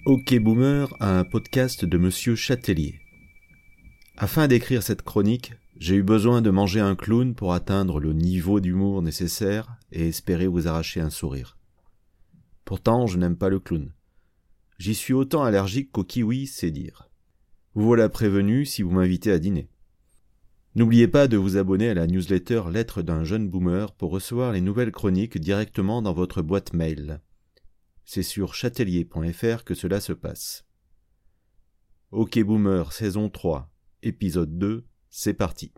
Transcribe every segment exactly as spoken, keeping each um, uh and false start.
Ok Boomer, un podcast de Monsieur Châtelier. Afin d'écrire cette chronique, j'ai eu besoin de manger un clown pour atteindre le niveau d'humour nécessaire et espérer vous arracher un sourire. Pourtant, je n'aime pas le clown. J'y suis autant allergique qu'au kiwi, c'est dire. Vous voilà prévenu si vous m'invitez à dîner. N'oubliez pas de vous abonner à la newsletter Lettres d'un jeune boomer pour recevoir les nouvelles chroniques directement dans votre boîte mail. C'est sur châtelier point f r que cela se passe. Ok Boomer, saison trois, épisode deux, c'est parti.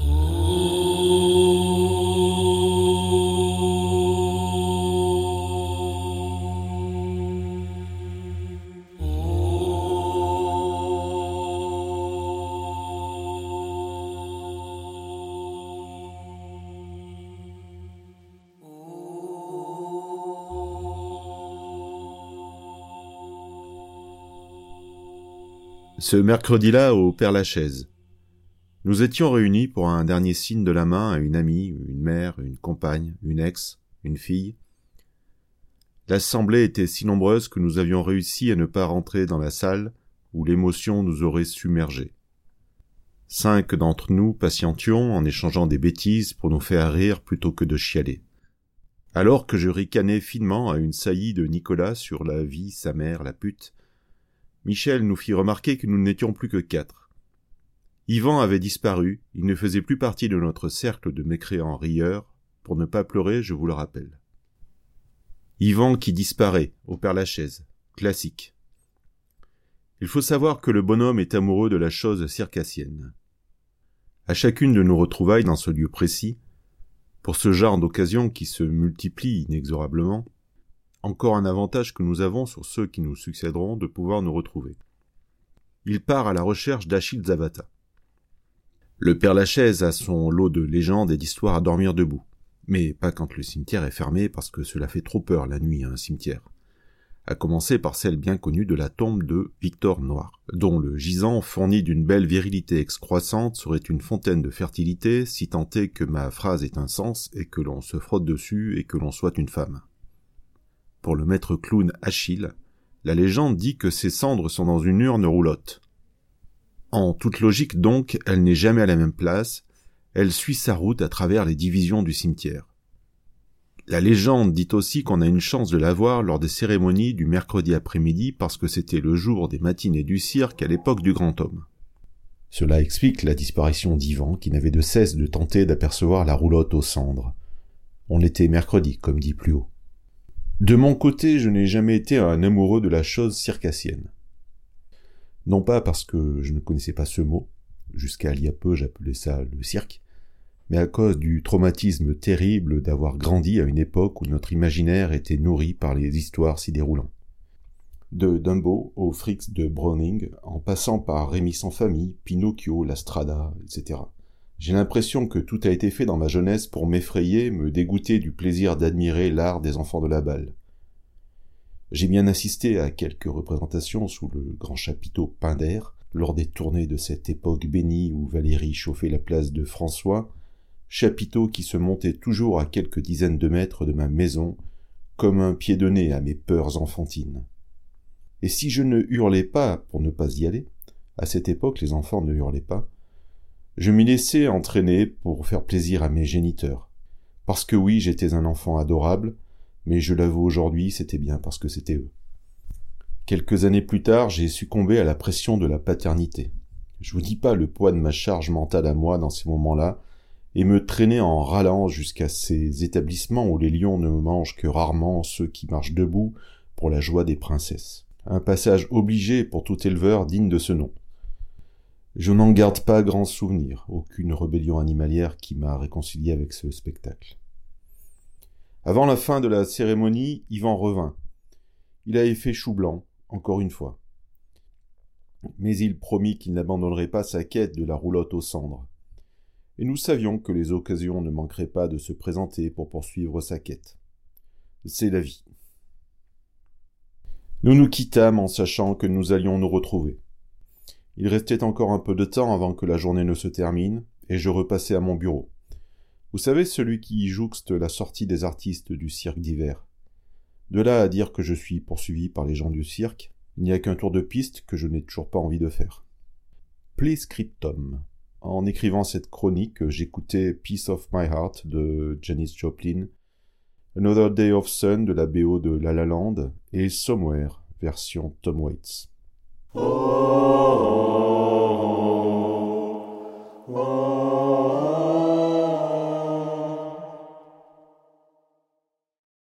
Ce mercredi-là, au Père-Lachaise, nous étions réunis pour un dernier signe de la main à une amie, une mère, une compagne, une ex, une fille. L'assemblée était si nombreuse que nous avions réussi à ne pas rentrer dans la salle où l'émotion nous aurait submergés. Cinq d'entre nous patientions en échangeant des bêtises pour nous faire rire plutôt que de chialer. Alors que je ricanais finement à une saillie de Nicolas sur la vie, sa mère, la pute, Michel nous fit remarquer que nous n'étions plus que quatre. Yvan avait disparu, il ne faisait plus partie de notre cercle de mécréants rieurs, pour ne pas pleurer, je vous le rappelle. Yvan qui disparaît, au Père-Lachaise, classique. Il faut savoir que le bonhomme est amoureux de la chose circassienne. À chacune de nos retrouvailles dans ce lieu précis, pour ce genre d'occasion qui se multiplie inexorablement, encore un avantage que nous avons sur ceux qui nous succéderont de pouvoir nous retrouver. Il part à la recherche d'Achille Zavata. Le Père-Lachaise a son lot de légendes et d'histoires à dormir debout, mais pas quand le cimetière est fermé parce que cela fait trop peur la nuit à un cimetière. À commencer par celle bien connue de la tombe de Victor Noir, dont le gisant fourni d'une belle virilité excroissante serait une fontaine de fertilité si tant est que ma phrase ait un sens et que l'on se frotte dessus et que l'on soit une femme. Pour le maître clown Achille, la légende dit que ses cendres sont dans une urne roulotte. En toute logique donc, elle n'est jamais à la même place, elle suit sa route à travers les divisions du cimetière. La légende dit aussi qu'on a une chance de la voir lors des cérémonies du mercredi après-midi parce que c'était le jour des matinées du cirque à l'époque du grand homme. Cela explique la disparition d'Yvan qui n'avait de cesse de tenter d'apercevoir la roulotte aux cendres. On était mercredi, comme dit plus haut. De mon côté, je n'ai jamais été un amoureux de la chose circassienne. Non pas parce que je ne connaissais pas ce mot, jusqu'à il y a peu j'appelais ça le cirque, mais à cause du traumatisme terrible d'avoir grandi à une époque où notre imaginaire était nourri par les histoires s'y déroulant. De Dumbo au Fritz de Browning, en passant par Rémi sans famille, Pinocchio, La Strada, et cetera. J'ai l'impression que tout a été fait dans ma jeunesse pour m'effrayer, me dégoûter du plaisir d'admirer l'art des enfants de la balle. J'ai bien assisté à quelques représentations sous le grand chapiteau Pinder, lors des tournées de cette époque bénie où Valérie chauffait la place de François, chapiteau qui se montait toujours à quelques dizaines de mètres de ma maison, comme un pied de nez à mes peurs enfantines. Et si je ne hurlais pas pour ne pas y aller, à cette époque les enfants ne hurlaient pas, je m'y laissais entraîner pour faire plaisir à mes géniteurs. Parce que oui, j'étais un enfant adorable, mais je l'avoue aujourd'hui, c'était bien parce que c'était eux. Quelques années plus tard, j'ai succombé à la pression de la paternité. Je vous dis pas le poids de ma charge mentale à moi dans ces moments-là, et me traîner en râlant jusqu'à ces établissements où les lions ne mangent que rarement ceux qui marchent debout pour la joie des princesses. Un passage obligé pour tout éleveur digne de ce nom. Je n'en garde pas grand souvenir, aucune rébellion animalière qui m'a réconcilié avec ce spectacle. Avant la fin de la cérémonie, Yvan revint. Il avait fait chou blanc, encore une fois. Mais il promit qu'il n'abandonnerait pas sa quête de la roulotte aux cendres. Et nous savions que les occasions ne manqueraient pas de se présenter pour poursuivre sa quête. C'est la vie. Nous nous quittâmes en sachant que nous allions nous retrouver. Il restait encore un peu de temps avant que la journée ne se termine, et je repassai à mon bureau. Vous savez, celui qui jouxte la sortie des artistes du cirque d'hiver. De là à dire que je suis poursuivi par les gens du cirque, Il n'y a qu'un tour de piste que je n'ai toujours pas envie de faire. Play Scriptum. En écrivant cette chronique, j'écoutais Piece of My Heart de Janis Joplin, Another Day of Sun de la B O de La La Land et Somewhere, version Tom Waits. Oh